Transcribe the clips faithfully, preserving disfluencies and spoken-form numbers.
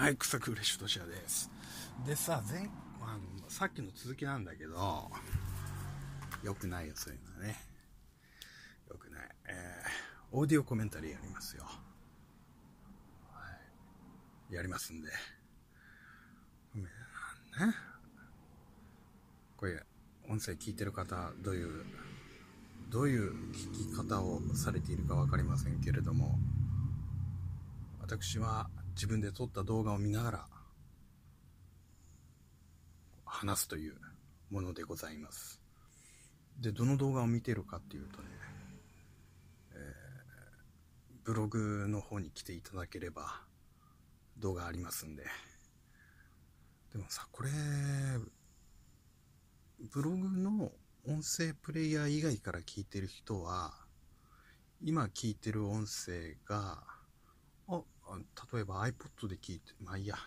はい、草くれしとしやです。でさ、前、あの、さっきの続きなんだけど、よくないよ、そういうのはね。よくない。えー、オーディオコメンタリーやりますよ。はい。やりますんで。ね。これ、音声聞いてる方、どういう、どういう聞き方をされているかわかりませんけれども、私は自分で撮った動画を見ながら話すというものでございます。で、どの動画を見てるかっていうとね、えー、ブログの方に来ていただければ動画ありますんで。でもさ、これ、ブログの音声プレイヤー以外から聞いてる人は、今聞いてる音声が、あ、例えば iPod で聞いて、まあいいや。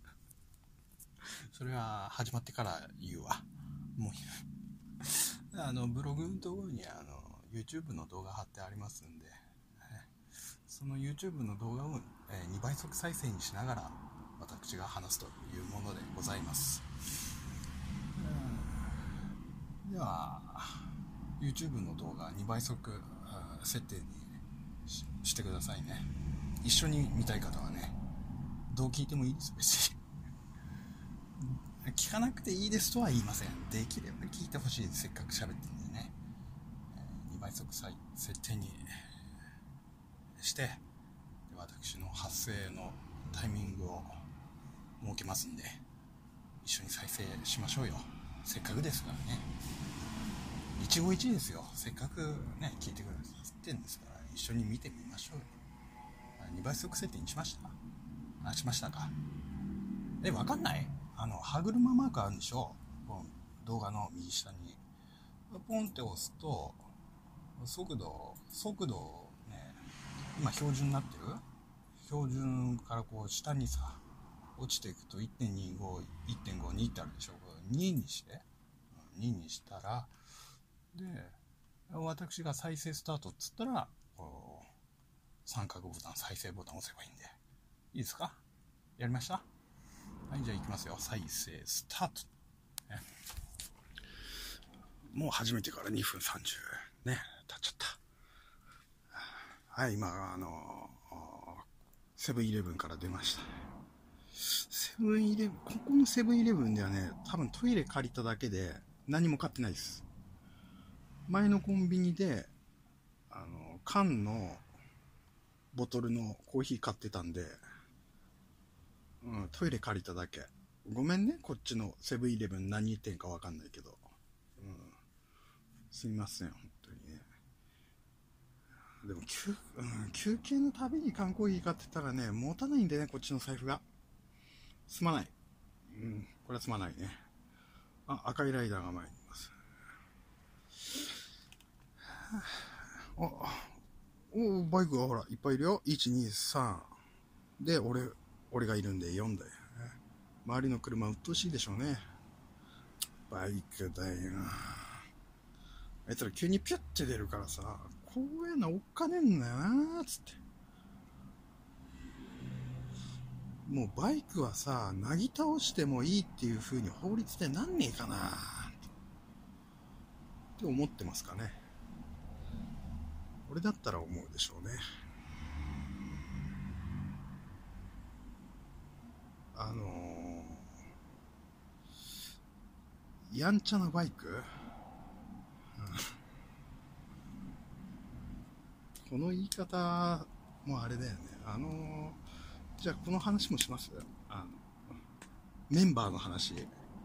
それは始まってから言うわ。もう、あの、ブログのところにあの、YouTube の動画貼ってありますんで、その YouTube の動画を、えー、にばい速再生にしながら私が話すというものでございます。では YouTube の動画にばい速設定に し, してくださいね。一緒に見たい方はね、どう聞いてもいいです。別に聞かなくていいですとは言いません。できれば聞いてほしいです。せっかく喋ってるんでね、えー、にばい速設定にして私の発声のタイミングを設けますんで、一緒に再生しましょうよ。せっかくですからね。一期一会ですよ。せっかくね、聞いてくださってんですから、一緒に見てみましょうよ。にばい速設定にしました？あ、しましたか。え、わかんない？あの、歯車マークあるんでしょ？動画の右下に。ポンって押すと、速度、速度ね、今標準になってる？標準からこう下にさ、落ちていくと いってんにご、いってんご、にってあるでしょ。ににして、ににしたら、で、私が再生スタートっつったら、こう三角ボタン、再生ボタン押せばいいんで。いいですか？やりました？はい、じゃあ行きますよ。再生スタート。ね、もう始めてからにふんさんじゅうね、経っちゃった。はい、今、あの、セブンイレブンから出ました。セブンイレブン、ここのセブンイレブンではね、多分トイレ借りただけで何も買ってないです。前のコンビニで、あの、缶のボトルのコーヒー買ってたんで、うん、トイレ借りただけ。ごめんね、こっちのセブンイレブン何言ってんかわかんないけど。うん、すみません、本当にね。でも休、うん、休憩のたびに缶コーヒー買ってたらね、持たないんでね、こっちの財布が。すまない。うん、これはすまないね。あ、赤いライダーが前にいます。あ、おバイクがほら、いっぱいいるよ。いち、に、さん。で、俺、俺がいるんでよんだよ。周りの車、鬱陶しいでしょうね。バイクだよ。あいつら急にピュッて出るからさ、こういうのおっかねえんだよな、つって。もうバイクはさ、なぎ倒してもいいっていう風に法律でなんねえかなって思ってますかね。俺だったら思うでしょうね。あのー、やんちゃなバイク、この言い方もあれだよね。あのー、じゃあこの話もします？あのメンバーの話。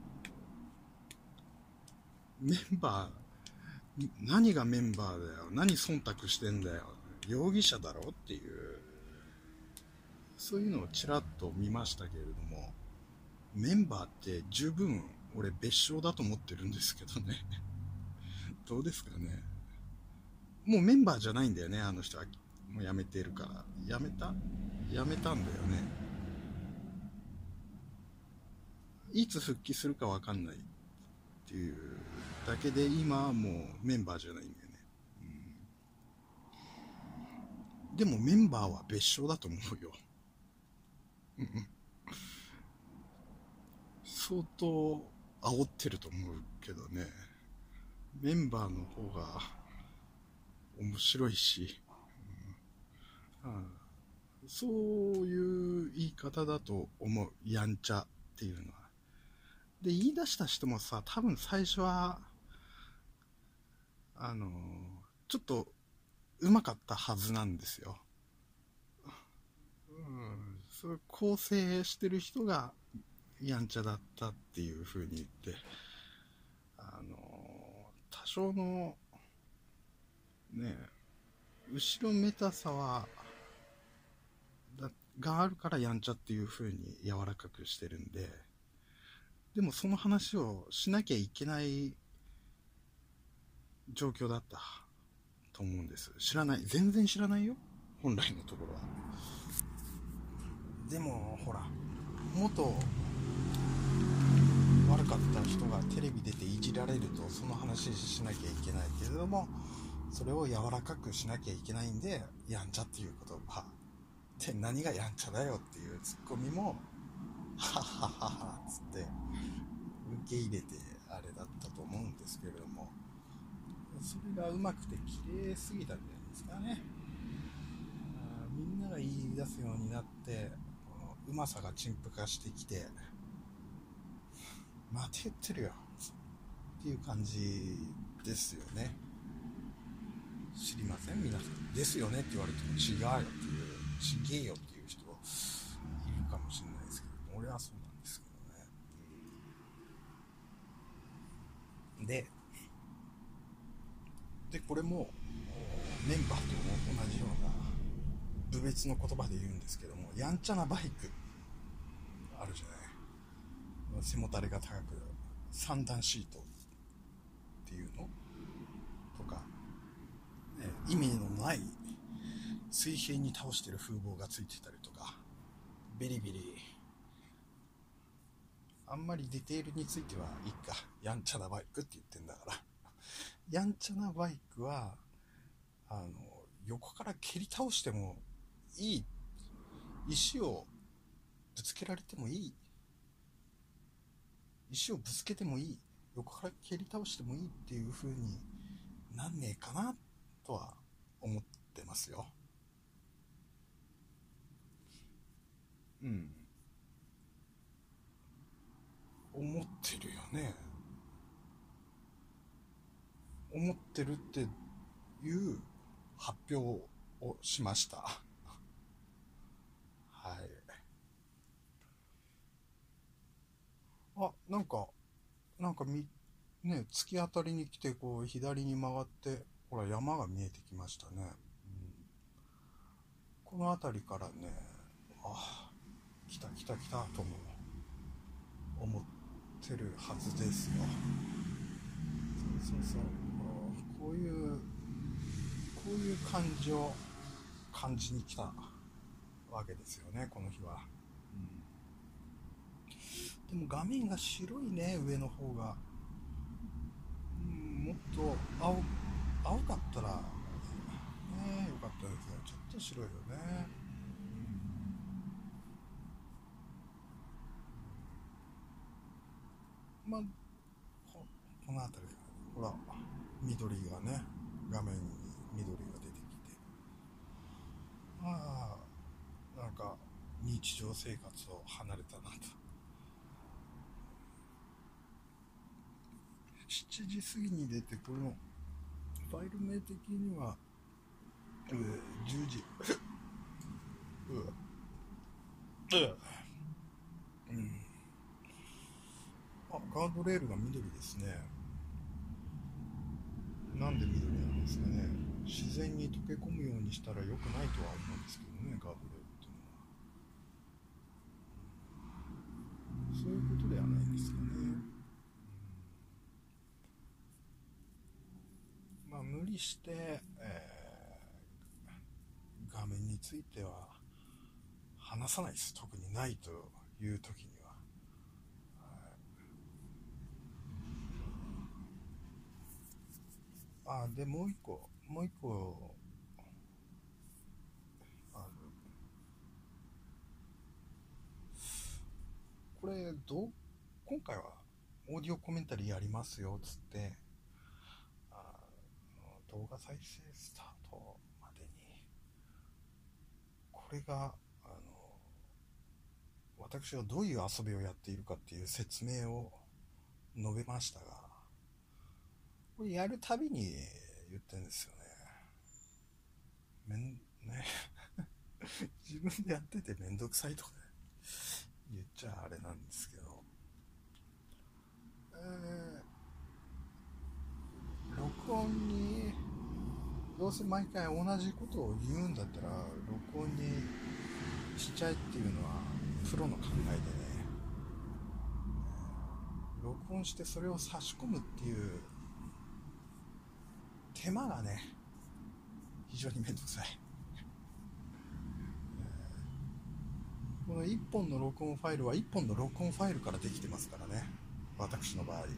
メンバー、何がメンバーだよ。何忖度してんだよ。容疑者だろっていう、そういうのをちらっと見ましたけれども、メンバーって十分俺別称だと思ってるんですけどね。どうですかね。もうメンバーじゃないんだよね、あの人は。もう辞めてるから。辞めた辞めたんだよね。いつ復帰するか分かんないっていうだけで、今はもうメンバーじゃないんだよね。うん、でもメンバーは別称だと思うよ。 相当煽ってると思うけどね。メンバーの方が面白いし、うん、そういう言い方だと思う。やんちゃっていうのは。で、言い出した人もさ、多分最初は、あのー、ちょっと上手かったはずなんですよ。うん、そういう構成してる人がやんちゃだったっていう風に言って、あのー、多少のね、後ろめたさはだがあるからやんちゃっていう風に柔らかくしてるんで、でもその話をしなきゃいけない状況だったと思うんです。知らない、全然知らないよ、本来のところは。でもほら、元悪かった人がテレビ出ていじられるとその話しなきゃいけないけれども、それを柔らかくしなきゃいけないんで、やんちゃっていう言葉で、何がやんちゃだよっていうツッコミもはっはっはっはっつって受け入れてあれだったと思うんですけれども、それがうまくて綺麗すぎたんじゃないですかね。みんなが言い出すようになって、このうまさが陳腐化してきて、また言ってるよっていう感じですよね。知りません皆さん。ですよねって言われても違うよっていう、ちげえよっていう人いるかもしれないですけど、俺はそうなんですけどね。ででこれもメンバーと同じような部別の言葉で言うんですけども、やんちゃなバイクあるじゃない。背もたれが高く三段シートっていうのとか、ね、意味のない水平に倒してる風貌がついてたりとか、ベリベリ、あんまりディテールについてはいいか、やんちゃなバイクって言ってんだからやんちゃなバイクはあの横から蹴り倒してもいい、石をぶつけられてもいい、石をぶつけてもいい、横から蹴り倒してもいいっていう風になんねえかなとは思ってますよ。うん、思ってるよね。思ってるっていう発表をしましたはい。あ、なんかなんかみね、突き当たりに来て、こう左に曲がって、ほら山が見えてきましたね、うん、この辺りからね、あ、来た来た来たとも思ってるはずですよ。そうそうそう、こういうこういう感じを感じに来たわけですよね、この日は、うん、でも画面が白いね、上の方が、うん、もっと青青かったらね、よかったですね。ちょっと白いよね。まあ、ここの辺り、ほら、緑がね、画面に緑が出てきて、まあ、なんか、日常生活を離れたなと。しちじ過ぎに出て、この、ファイル名的には、うじゅうじ。うわ。うん。あ、ガードレールが緑ですね。なんで緑なんですかね。自然に溶け込むようにしたら良くないとは思うんですけどね、ガードレールっていうのは。そういうことではないんですかね。うん、まあ無理して、えー、画面については話さないです。特にないという時には。あ、でもう一個もう一個あのこれど今回はオーディオコメンタリーやりますよつって、あの動画再生スタートまでにこれがあの私がどういう遊びをやっているかっていう説明を述べましたが、これやるたびに言ってるんですよね。めんね自分でやっててめんどくさいとか、ね、言っちゃあれなんですけど、えー、録音にどうせ毎回同じことを言うんだったら録音にしちゃえっていうのはプロの考えでね、録音してそれを差し込むっていう手間がね非常にめんどくさい。このいっぽんの録音ファイルはいっぽんの録音ファイルからできてますからね、私の場合。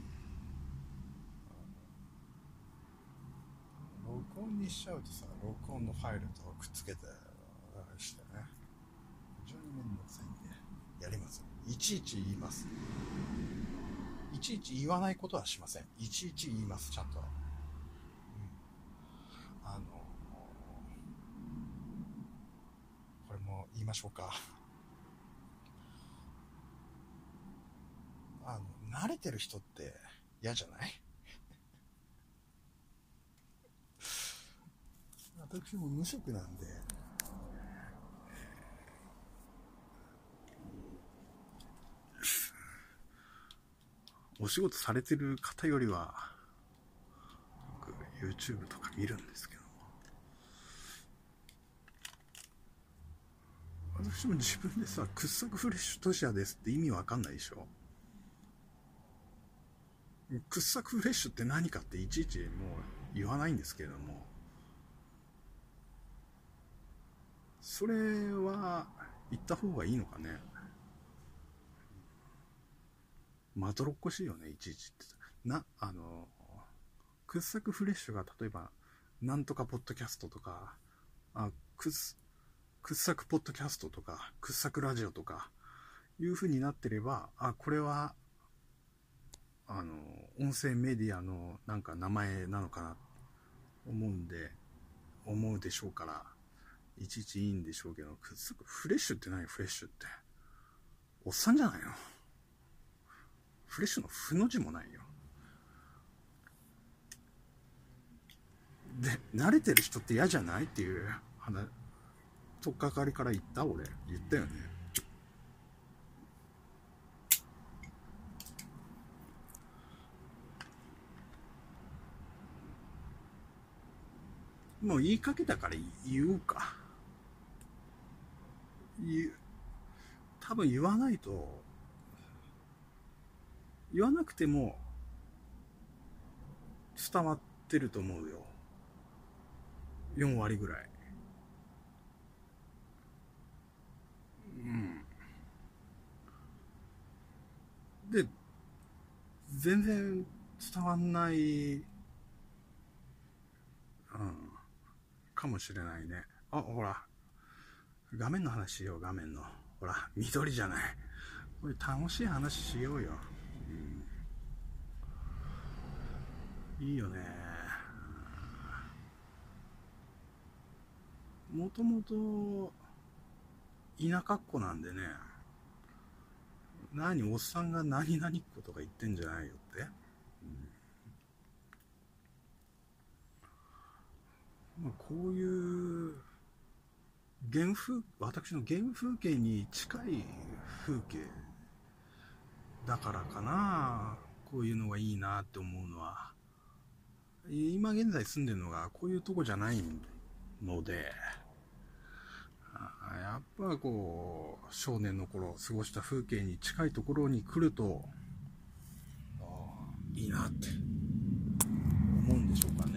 録音にしちゃうとさ、録音のファイルとくっつけてしてね、非常にめんどくさいんでやります。いちいち言います。いちいち言わないことはしません。いちいち言います、ちゃんと。うん、あのこれも言いましょうか。あの慣れてる人って嫌じゃない？私も無職なんで、お仕事されてる方よりは YouTube とか見るんですけど、私も自分でさ、掘削フレッシュトシヤですって意味わかんないでしょ。掘削フレッシュって何かっていちいちもう言わないんですけれども、それは言った方がいいのかね。まどろっこしいよね、いちいちってな。あの掘削フレッシュが例えばなんとかポッドキャストとか、あ掘削ポッドキャストとか掘削ラジオとかいう風になってれば、あこれはあの音声メディアのなんか名前なのかな思うんで思うでしょうから、いちいちいいんでしょうけど、掘削フレッシュって何？フレッシュっておっさんじゃないの？フレッシュの負の字もないよ。で慣れてる人って嫌じゃないっていう話、とっかかりから言った。俺言ったよね。もう言いかけたから言おうか。言う多分言わないと、言わなくても伝わってると思うよ。よんわりぐらい。うん。で、全然伝わんない、うん、かもしれないね。あ、ほら、画面の話しよう、画面の。ほら、緑じゃない。これ楽しい話しようよ。うん、いいよね。もともと田舎っ子なんでね、何おっさんが何々っ子とか言ってんじゃないよって、うん、まあ、こういう原風私の原風景に近い風景だからかな、こういうのがいいなって思うのは。今現在住んでるのがこういうとこじゃないので、やっぱこう少年の頃過ごした風景に近いところに来るといいなって思うんでしょうかね。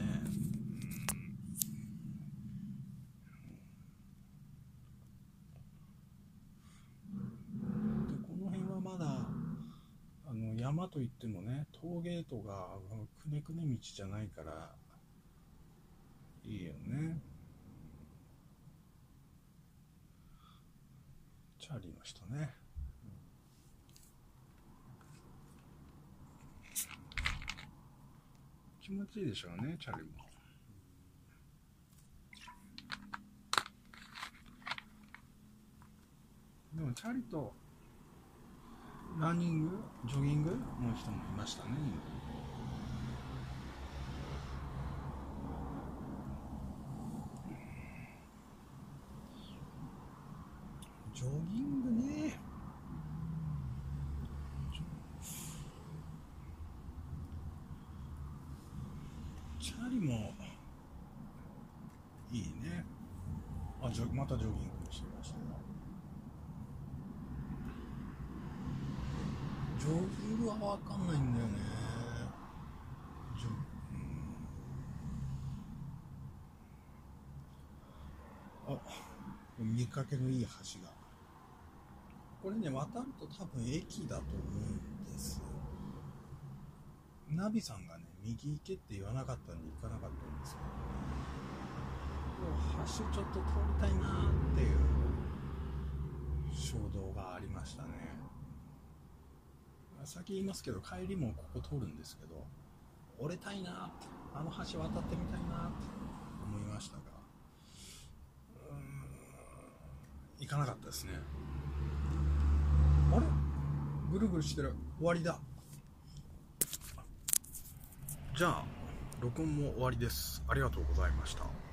でこの辺はまだあの山といってもね、峠とかくねくね道じゃないからいいよね。チャーリーの人ね。 持ちいいでしょうね、チャリも。でもチャリとランニング、ジョギングの人もいましたね。ジョギングね。チャリもいいね。あ、ジョまたジョギングしてましたよ。ジョギングはわかんないんだよね。ジョうん、あ、見かけのいい橋が。これね、渡ると多分駅だと思うんです。ナビさんがね、右行けって言わなかったんで行かなかったんですけど、橋ちょっと通りたいなっていう衝動がありましたね。先言いますけど、帰りもここ通るんですけど、折れたいなって、あの橋渡ってみたいなって思いましたが、うーん、行かなかったですね。あれ、ぐるぐるしてる。終わりだ。じゃあ録音も終わりです。ありがとうございました。